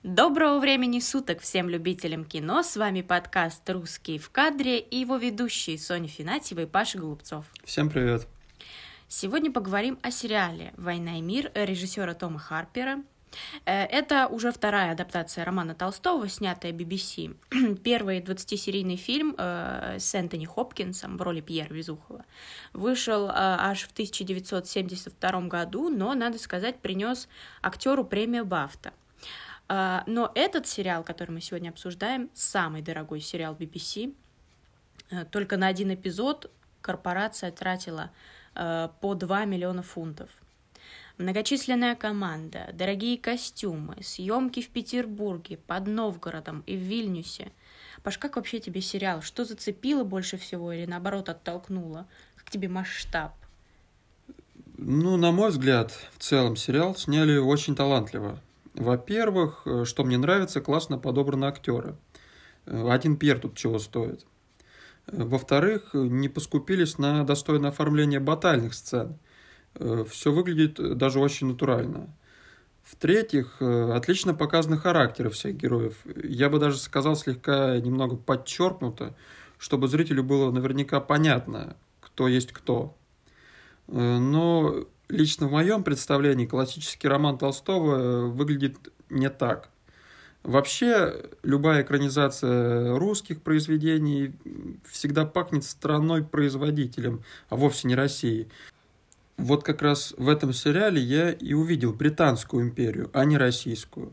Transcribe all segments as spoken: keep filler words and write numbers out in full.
Доброго времени суток всем любителям кино. С вами подкаст «Русские в кадре» и его ведущие Соня Финатьева и Паша Голубцов. Всем привет. Сегодня поговорим о сериале «Война и мир» режиссера Тома Харпера. Это уже вторая адаптация романа Толстого, снятая би би си. Первый двадцатисерийный фильм с Энтони Хопкинсом в роли Пьера Безухова вышел аж в тысяча девятьсот семьдесят втором году, но, надо сказать, принес актеру премию Бафта. Но этот сериал, который мы сегодня обсуждаем, самый дорогой сериал би би си. Только на один эпизод корпорация тратила по два миллиона фунтов. Многочисленная команда, дорогие костюмы, съемки в Петербурге, под Новгородом и в Вильнюсе. Паш, как вообще тебе сериал? Что зацепило больше всего или, наоборот, оттолкнуло? Как тебе масштаб? Ну, на мой взгляд, в целом сериал сняли очень талантливо. Во-первых, что мне нравится, классно подобраны актеры. Один Пьер тут чего стоит. Во-вторых, не поскупились на достойное оформление батальных сцен. Все выглядит даже очень натурально. В-третьих, отлично показаны характеры всех героев. Я бы даже сказал, слегка немного подчеркнуто, чтобы зрителю было наверняка понятно, кто есть кто. Но лично в моем представлении классический роман Толстого выглядит не так. Вообще, любая экранизация русских произведений всегда пахнет страной-производителем, а вовсе не Россией. Вот как раз в этом сериале я и увидел британскую империю, а не российскую.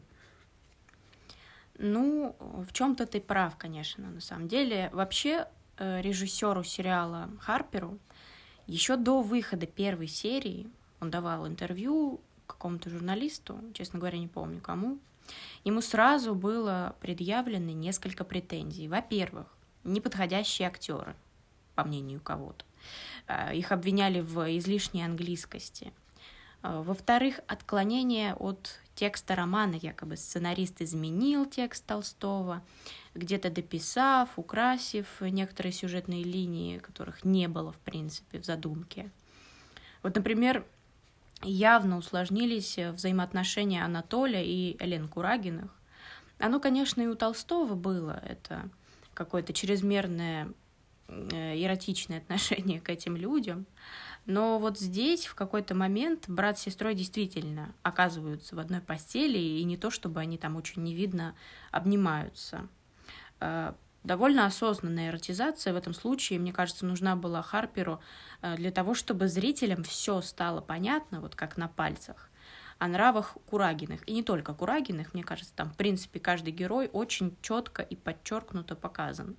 Ну, в чем-то ты прав, конечно, на самом деле. Вообще, режиссеру сериала Харперу еще до выхода первой серии он давал интервью какому-то журналисту, честно говоря, не помню кому. Ему сразу было предъявлено несколько претензий. Во-первых, неподходящие актеры, по мнению кого-то. Их обвиняли в излишней английскости. Во-вторых, отклонение от текста романа. Якобы сценарист изменил текст Толстого, где-то дописав, украсив некоторые сюжетные линии, которых не было, в принципе, в задумке. Вот, например, явно усложнились взаимоотношения Анатолия и Элен Курагиных. Оно, конечно, и у Толстого было. Это какое-то чрезмерное эротичное отношение к этим людям. Но вот здесь в какой-то момент брат с сестрой действительно оказываются в одной постели, и не то, чтобы они там очень невидно обнимаются. Довольно осознанная эротизация в этом случае, мне кажется, нужна была Харперу для того, чтобы зрителям все стало понятно, вот как на пальцах, о нравах Курагиных. И не только Курагиных, мне кажется, там, в принципе, каждый герой очень четко и подчеркнуто показан.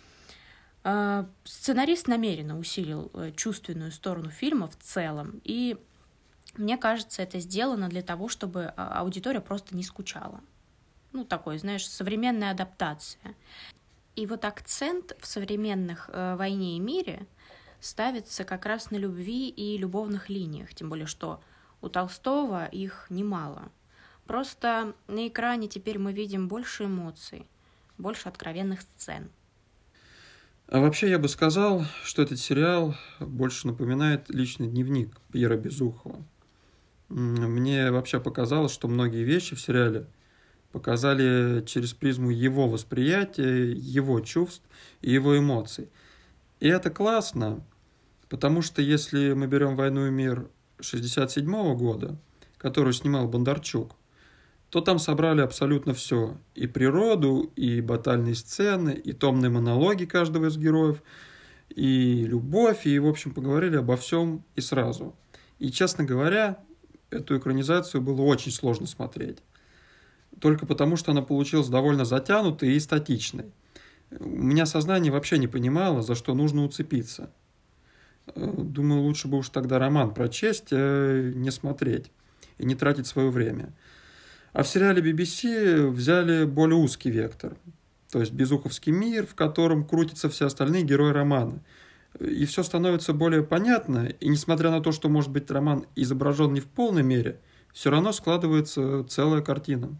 Сценарист намеренно усилил чувственную сторону фильма в целом, и мне кажется, это сделано для того, чтобы аудитория просто не скучала. Ну, такой, знаешь, современная адаптация. И вот акцент в современных «Войне и мире» ставится как раз на любви и любовных линиях, тем более, что у Толстого их немало. Просто на экране теперь мы видим больше эмоций, больше откровенных сцен. А вообще я бы сказал, что этот сериал больше напоминает личный дневник Пьера Безухова. Мне вообще показалось, что многие вещи в сериале показали через призму его восприятия, его чувств и его эмоций. И это классно, потому что если мы берем «Войну и мир» шестьдесят седьмого года, которую снимал Бондарчук, то там собрали абсолютно все. И природу, и батальные сцены, и томные монологи каждого из героев, и любовь, и, в общем, поговорили обо всем и сразу. И, честно говоря, эту экранизацию было очень сложно смотреть. Только потому, что она получилась довольно затянутой и статичной. У меня сознание вообще не понимало, за что нужно уцепиться. Думаю, лучше бы уж тогда роман прочесть, а не смотреть и не тратить свое время. А в сериале би би си взяли более узкий вектор, то есть безуховский мир, в котором крутятся все остальные герои романа. И все становится более понятно, и несмотря на то, что, может быть, роман изображен не в полной мере, все равно складывается целая картина.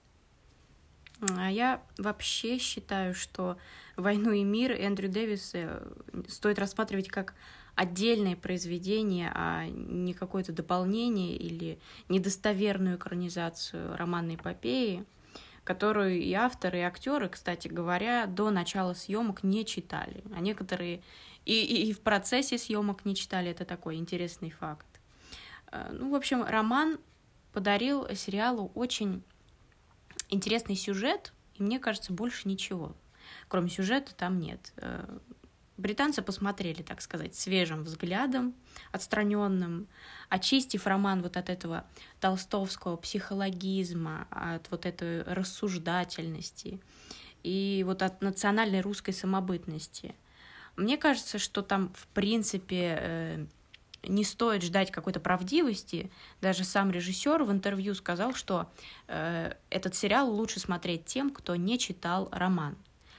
А я вообще считаю, что «Войну и мир» Эндрю Дэвиса стоит рассматривать как отдельное произведение, а не какое-то дополнение или недостоверную экранизацию романной эпопеи. которую и авторы, и актеры, кстати говоря, до начала съемок не читали. А некоторые и, и, и в процессе съемок не читали. Это такой интересный факт. Ну, в общем, роман подарил сериалу очень интересный сюжет, и мне кажется, больше ничего. Кроме сюжета там нет. Британцы посмотрели, так сказать, свежим взглядом, отстраненным, очистив роман вот от этого толстовского психологизма, от вот этой рассуждательности и вот от национальной русской самобытности. Мне кажется, что там, в принципе, не стоит ждать какой-то правдивости. Даже сам режиссер в интервью сказал, что этот сериал лучше смотреть тем, кто не читал роман.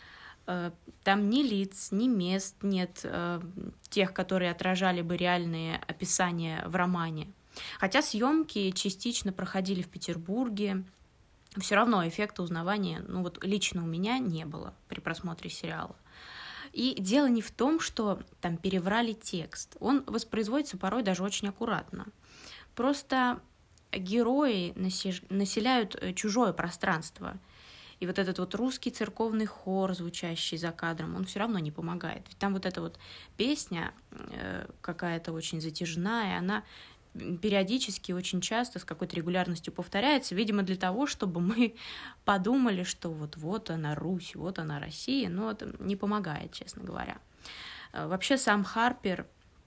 Там ни лиц, ни мест нет э, тех, которые отражали бы реальные описания в романе. Хотя съемки частично проходили в Петербурге, все равно эффекта узнавания, ну вот лично у меня не было при просмотре сериала. И дело не в том, что там переврали текст. Он воспроизводится порой даже очень аккуратно. Просто герои населяют чужое пространство. И вот этот вот русский церковный хор, звучащий за кадром, он все равно не помогает. Ведь там вот эта вот песня э, какая-то очень затяжная, она периодически, очень часто, с какой-то регулярностью повторяется, видимо, для того, чтобы мы подумали, что вот-вот она Русь, вот она Россия, но это не помогает, честно говоря. Вообще сам Харпер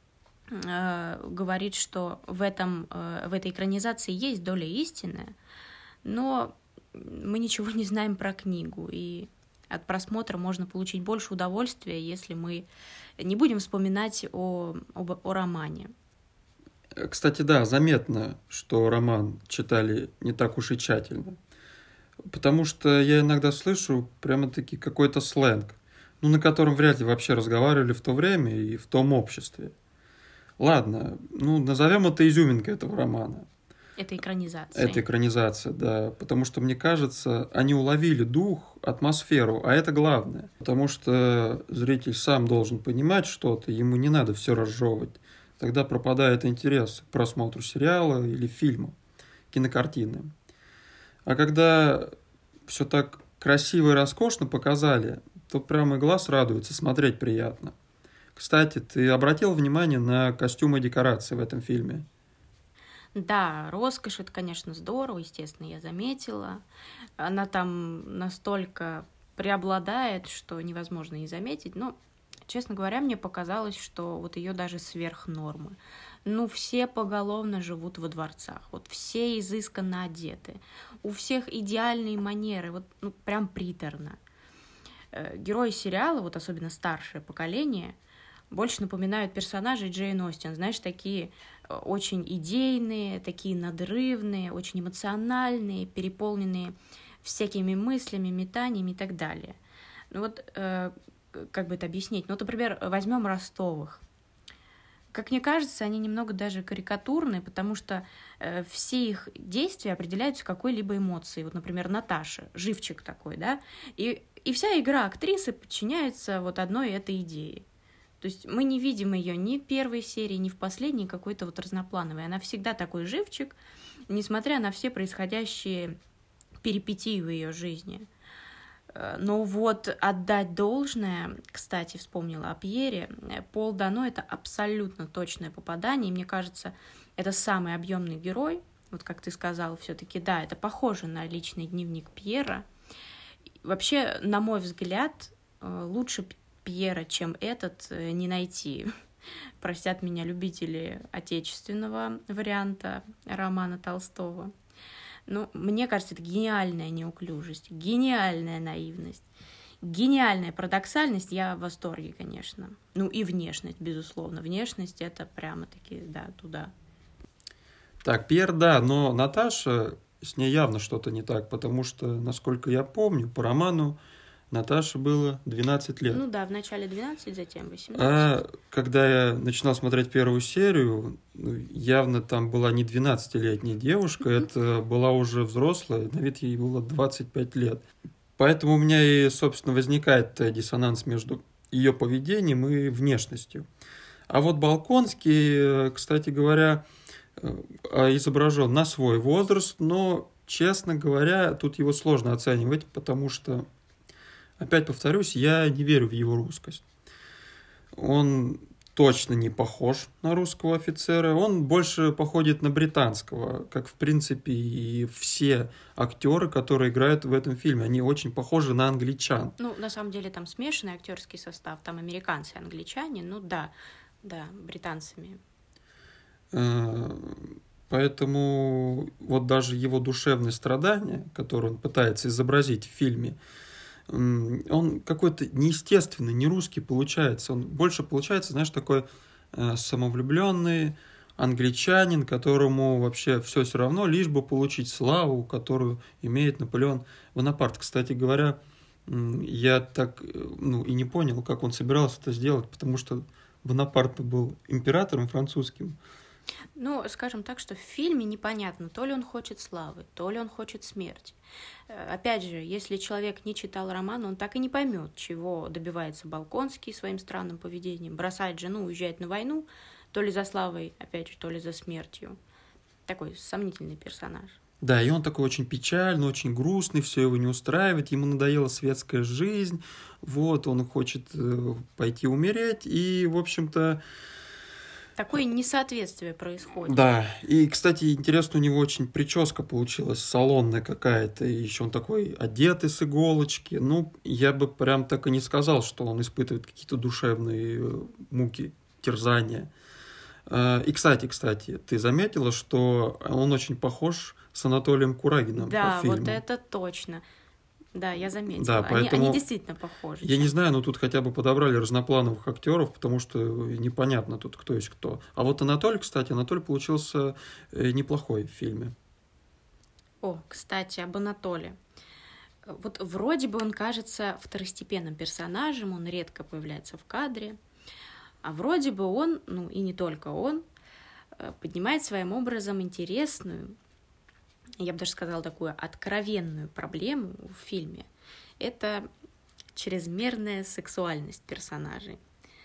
э, говорит, что в, этом, э, в этой экранизации есть доля истины, но мы ничего не знаем про книгу, и от просмотра можно получить больше удовольствия, если мы не будем вспоминать о, об, о романе. Кстати, да, заметно, что роман читали не так уж и тщательно, потому что я иногда слышу прямо-таки какой-то сленг, ну, на котором вряд ли вообще разговаривали в то время и в том обществе. Ладно, ну, назовем это изюминкой этого романа. Это экранизация. Это экранизация, да. Потому что, мне кажется, они уловили дух, атмосферу, а это главное. Потому что зритель сам должен понимать что-то, ему не надо все разжевывать. Тогда пропадает интерес к просмотру сериала или фильма, кинокартины. А когда все так красиво и роскошно показали, то прямо глаз радуется, смотреть приятно. Кстати, ты обратил внимание на костюмы и декорации в этом фильме? Да, роскошь, это, конечно, здорово, естественно, я заметила. Она там настолько преобладает, что невозможно не заметить. Но, честно говоря, мне показалось, что вот ее даже сверх нормы. Ну, все поголовно живут во дворцах, вот все изысканно одеты, у всех идеальные манеры, вот ну, прям приторно. Герои сериала, вот особенно старшее поколение, больше напоминают персонажей Джейн Остин, знаешь, такие очень идейные, такие надрывные, очень эмоциональные, переполненные всякими мыслями, метаниями и так далее. Ну вот, э, как бы это объяснить? Ну, вот, например, возьмем Ростовых. Как мне кажется, они немного даже карикатурные, потому что э, все их действия определяются какой-либо эмоцией. Вот, например, Наташа, живчик такой, да, и, и вся игра актрисы подчиняется вот одной этой идее. То есть мы не видим ее ни в первой серии, ни в последней какой-то вот разноплановой. Она всегда такой живчик, несмотря на все происходящие перипетии в ее жизни. Но вот отдать должное, кстати, вспомнила о Пьере, Пол Дано — это абсолютно точное попадание, и мне кажется, это самый объемный герой. Вот как ты сказала, все-таки да, это похоже на личный дневник Пьера. Вообще, на мой взгляд, лучше Пьера, чем этот, не найти. Простят меня любители отечественного варианта романа Толстого. Ну, мне кажется, это гениальная неуклюжесть, гениальная наивность, гениальная парадоксальность. Я в восторге, конечно. Ну и внешность, безусловно. Внешность — это прямо-таки, да, туда. Так, Пьер, да, но Наташа, с ней явно что-то не так, потому что, насколько я помню, по роману Наташе было двенадцать лет. Ну да, в начале двенадцать, затем восемнадцать. А когда я начинал смотреть первую серию, явно там была не двенадцатилетняя девушка, mm-hmm. это была уже взрослая, на вид ей было двадцать пять лет. Поэтому у меня и, собственно, возникает диссонанс между ее поведением и внешностью. А вот Болконский, кстати говоря, изображен на свой возраст, но честно говоря, тут его сложно оценивать, потому что, опять повторюсь, я не верю в его русскость. Он точно не похож на русского офицера, он больше походит на британского, как, в принципе, и все актеры, которые играют в этом фильме, они очень похожи на англичан. Ну, на самом деле, там смешанный актерский состав, там американцы и англичане, ну да, да, британцами. Поэтому вот даже его душевные страдания, которые он пытается изобразить в фильме, он какой-то неестественный, не русский получается. Он больше получается, знаешь, такой самовлюбленный англичанин, которому вообще все все равно, лишь бы получить славу, которую имеет Наполеон Бонапарт. Кстати говоря, я так ну, и не понял, как он собирался это сделать, потому что Бонапарт был императором французским. Ну, скажем так, что в фильме непонятно, то ли он хочет славы, то ли он хочет смерти. Опять же, если человек не читал роман, он так и не поймет, чего добивается Болконский своим странным поведением. Бросает жену, уезжает на войну, то ли за славой, опять же, то ли за смертью. Такой сомнительный персонаж. Да, и он такой очень печальный, очень грустный, все его не устраивает, ему надоела светская жизнь, вот, он хочет пойти умереть, и, в общем-то... Такое несоответствие происходит. Да, и, кстати, интересно, у него очень прическа получилась салонная какая-то, и еще он такой одетый с иголочки. Ну, я бы прям так и не сказал, что он испытывает какие-то душевные муки, терзания. И, кстати, кстати, ты заметила, что он очень похож с Анатолием Курагиным да, по фильму? Да, вот это точно. Да, я заметила. Да, поэтому они, они действительно похожи. Я не знаю, но тут хотя бы подобрали разноплановых актеров, потому что непонятно тут, кто есть кто. А вот Анатолий, кстати, Анатолий получился неплохой в фильме. О, кстати, об Анатолии. Вот вроде бы он кажется второстепенным персонажем, он редко появляется в кадре, а вроде бы он, ну и не только он, поднимает своим образом интересную, я бы даже сказала, такую откровенную проблему в фильме. Это чрезмерная сексуальность персонажей.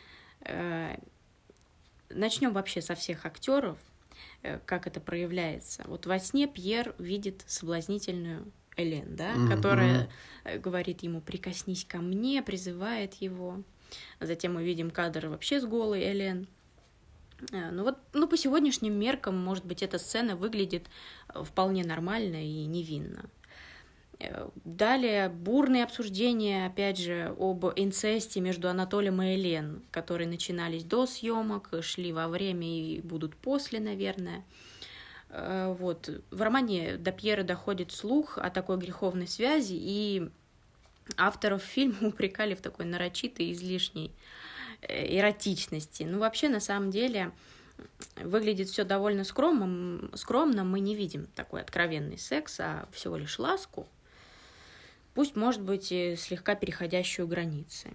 Начнем вообще со всех актеров, как это проявляется. Вот во сне Пьер видит соблазнительную Элен, да, mm-hmm. которая говорит ему «прикоснись ко мне», призывает его. Затем мы видим кадр вообще с голой Элен. Ну вот, ну по сегодняшним меркам, может быть, эта сцена выглядит вполне нормально и невинно. Далее бурные обсуждения, опять же, об инцесте между Анатолием и Элен, которые начинались до съемок, шли во время и будут после, наверное. Вот. В романе до Пьера доходит слух о такой греховной связи, и авторов фильма упрекали в такой нарочитой, излишней эротичности. Ну, вообще, на самом деле, выглядит все довольно скромно. скромно. Мы не видим такой откровенный секс, а всего лишь ласку, пусть, может быть, и слегка переходящую границы.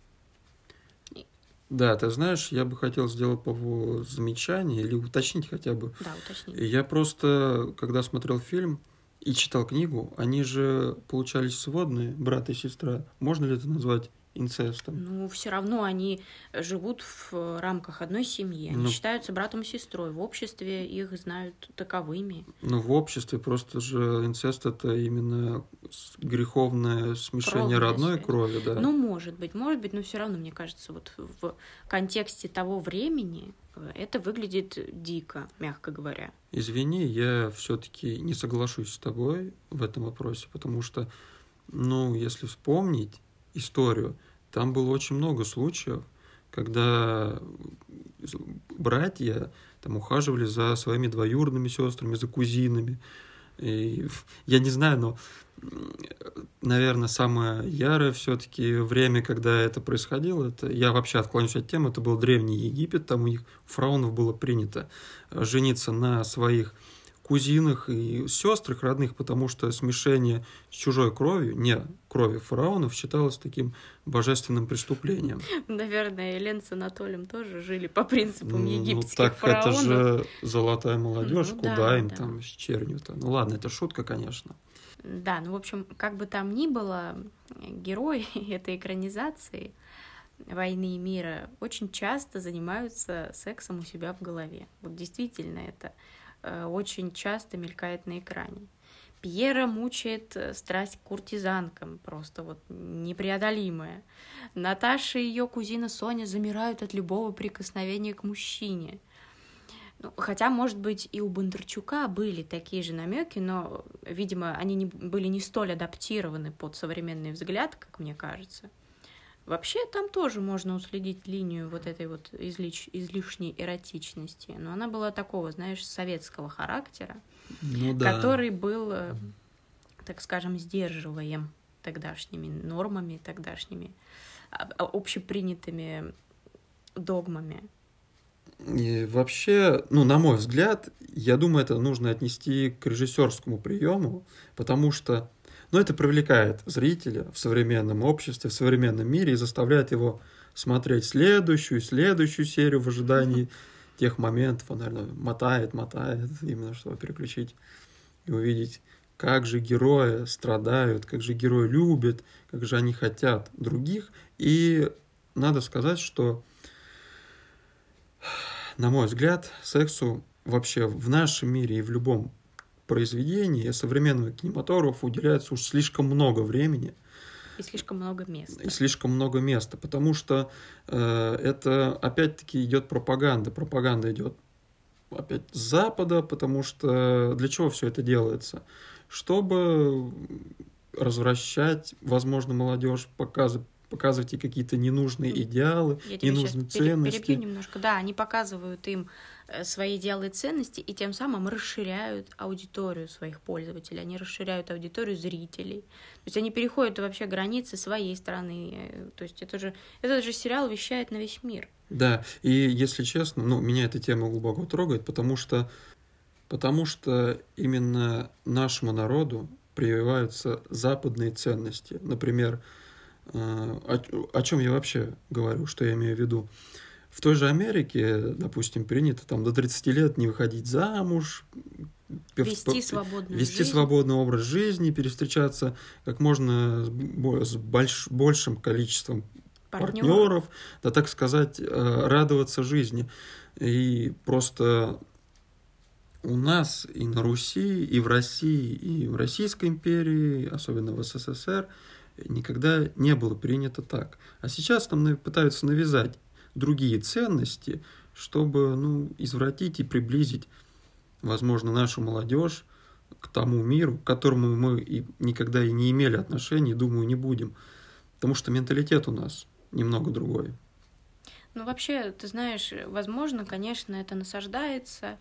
Да, ты знаешь, я бы хотел сделать по поводу замечания или уточнить хотя бы. Да, уточнить. Я просто, когда смотрел фильм и читал книгу, они же получались сводные, брат и сестра. Можно ли это назвать инцестом? Ну, все равно они живут в рамках одной семьи. Они ну, считаются братом и сестрой. В обществе их знают таковыми. Ну, в обществе просто же инцест — это именно греховное смешение Кровная родной связь. Крови, да. Ну, может быть, может быть, но все равно, мне кажется, вот в контексте того времени это выглядит дико, мягко говоря. Извини, я все-таки не соглашусь с тобой в этом вопросе, потому что, ну, если вспомнить историю, там было очень много случаев, когда братья там ухаживали за своими двоюродными сестрами, за кузинами. И, я не знаю, но, наверное, самое ярое все-таки время, когда это происходило, это, я вообще отклонюсь от темы, это был Древний Египет, там у них, у фараонов было принято жениться на своих кузинах и сестрах родных, потому что смешение с чужой кровью, не крови фараонов, считалось таким божественным преступлением. Наверное, Элен с Анатолием тоже жили по принципам египетских ну, так фараонов. Это же золотая молодежь, ну, куда да, им да. там с чернью-то. Ну ладно, это шутка, конечно. Да, ну в общем, как бы там ни было, герои этой экранизации «Войны и мира» очень часто занимаются сексом у себя в голове. Вот действительно это очень часто мелькает на экране. Пьера мучает страсть к куртизанкам, просто вот непреодолимая. Наташа и ее кузина Соня замирают от любого прикосновения к мужчине. Ну, хотя, может быть, и у Бондарчука были такие же намеки, но, видимо, они не, были не столь адаптированы под современный взгляд, как мне кажется. Вообще, там тоже можно уследить линию вот этой вот излиш... излишней эротичности, но она была такого, знаешь, советского характера, ну, да. который был, так скажем, сдерживаем тогдашними нормами, тогдашними общепринятыми догмами. И вообще, ну, на мой взгляд, я думаю, это нужно отнести к режиссерскому приему, потому что, ну, это привлекает зрителя в современном обществе, в современном мире и заставляет его смотреть следующую, следующую серию в ожидании тех моментов. Он, наверное, мотает, мотает, именно чтобы переключить и увидеть, как же герои страдают, как же герои любят, как же они хотят других. И надо сказать, что, на мой взгляд, сексу вообще в нашем мире и в любом произведении современного кинематографа уделяется уж слишком много времени. И слишком много места. И слишком много места, потому что э, это опять-таки идет пропаганда. Пропаганда идет опять с Запада, потому что для чего все это делается? Чтобы развращать, возможно, молодежь, показывать, показывать ей какие-то ненужные идеалы, Я тебя ненужные сейчас ценности. перебью немножко. Да, они показывают им свои идеалы и ценности, и тем самым расширяют аудиторию своих пользователей, они расширяют аудиторию зрителей. То есть они переходят вообще границы своей страны. То есть это же, этот же сериал вещает на весь мир. Да, и если честно, ну, меня эта тема глубоко трогает, потому что, потому что именно нашему народу прививаются западные ценности. Например, о, о чем я вообще говорю, что я имею в виду? В той же Америке, допустим, принято там до тридцати лет не выходить замуж, вести свободную вести жизнь. свободный образ жизни, перевстречаться как можно с больш, большим количеством партнеров, партнеров, да, так сказать, радоваться жизни. И просто у нас и на Руси, и в России, и в Российской империи, особенно в СССР, никогда не было принято так. А сейчас нам пытаются навязать другие ценности, чтобы, ну, извратить и приблизить, возможно, нашу молодежь к тому миру, к которому мы и никогда и не имели отношения, думаю, не будем. Потому что менталитет у нас немного другой. Ну, вообще, ты знаешь, возможно, конечно, это насаждается,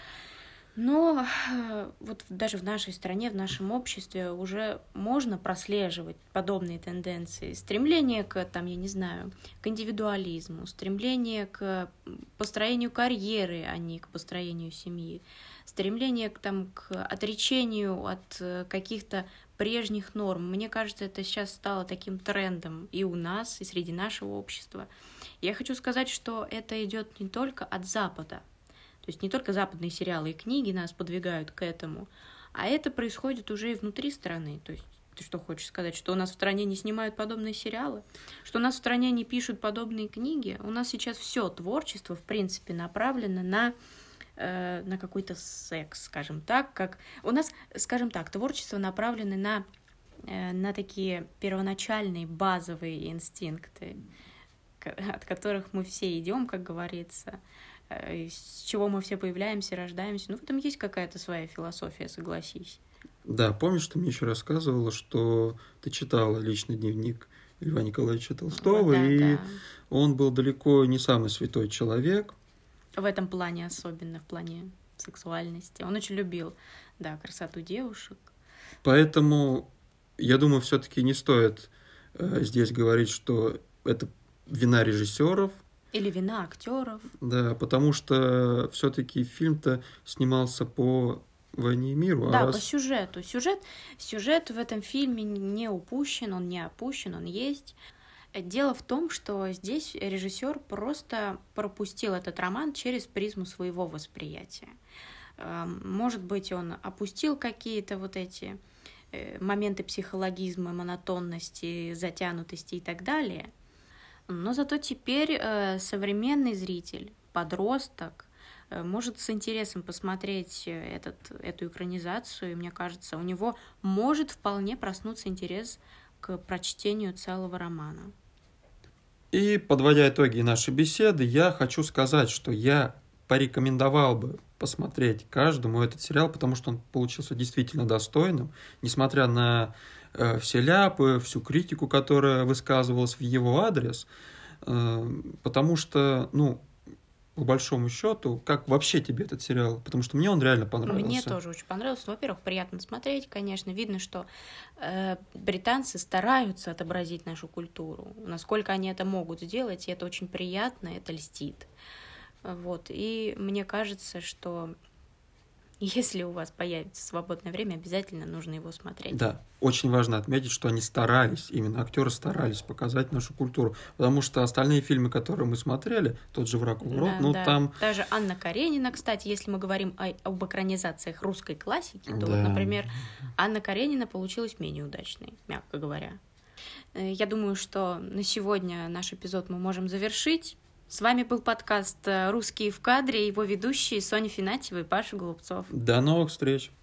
но вот даже в нашей стране, в нашем обществе уже можно прослеживать подобные тенденции. Стремление к, там, я не знаю, к индивидуализму, стремление к построению карьеры, а не к построению семьи, стремление к, там, к отречению от каких-то прежних норм. Мне кажется, это сейчас стало таким трендом и у нас, и среди нашего общества. Я хочу сказать, что это идет не только от Запада. То есть не только западные сериалы и книги нас подвигают к этому, а это происходит уже и внутри страны. То есть ты что хочешь сказать, что у нас в стране не снимают подобные сериалы? Что у нас в стране не пишут подобные книги? У нас сейчас все творчество, в принципе, направлено на, э, на какой-то секс, скажем так. Как... У нас, скажем так, творчество направлено на, э, на такие первоначальные базовые инстинкты, от которых мы все идем, как говорится, с чего мы все появляемся, рождаемся. Ну, в этом есть какая-то своя философия, согласись. Да, помнишь, ты мне еще рассказывала, что ты читала личный дневник Льва Николаевича Толстого, вот, да, и да. Он был далеко не самый святой человек. В этом плане особенно, в плане сексуальности. Он очень любил, да, красоту девушек. Поэтому, я думаю, все-таки не стоит э, здесь говорить, что это вина режиссеров. Или вина актеров. Да, потому что все-таки фильм-то снимался по «Войне и миру». Да, а по раз... сюжету. Сюжет, сюжет в этом фильме не упущен, он не опущен, он есть. Дело в том, что здесь режиссер просто пропустил этот роман через призму своего восприятия. Может быть, он опустил какие-то вот эти моменты психологизма, монотонности, затянутости и так далее. Но зато теперь э, современный зритель, подросток, может с интересом посмотреть этот, эту экранизацию, и мне кажется, у него может вполне проснуться интерес к прочтению целого романа. И, подводя итоги нашей беседы, я хочу сказать, что я порекомендовал бы посмотреть каждому этот сериал, потому что он получился действительно достойным, несмотря на э, все ляпы, всю критику, которая высказывалась в его адрес, э, потому что, ну, по большому счету, как вообще тебе этот сериал? Потому что мне он реально понравился. Мне тоже очень понравился. Во-первых, приятно смотреть, конечно. Видно, что э, британцы стараются отобразить нашу культуру. Насколько они это могут сделать, и это очень приятно, это льстит. Вот. И мне кажется, что если у вас появится свободное время, обязательно нужно его смотреть. Да, очень важно отметить, что они старались, именно актеры старались показать нашу культуру, потому что остальные фильмы, которые мы смотрели, тот же «Враг у ворот», Да, ну да. там... Даже Анна Каренина, кстати, если мы говорим о, об экранизациях русской классики, то, Да. вот, например, Анна Каренина получилась менее удачной, мягко говоря. Я думаю, что на сегодня наш эпизод мы можем завершить. С вами был подкаст «Русские в кадре», его ведущие Соня Финатьева и Паша Голубцов. До новых встреч!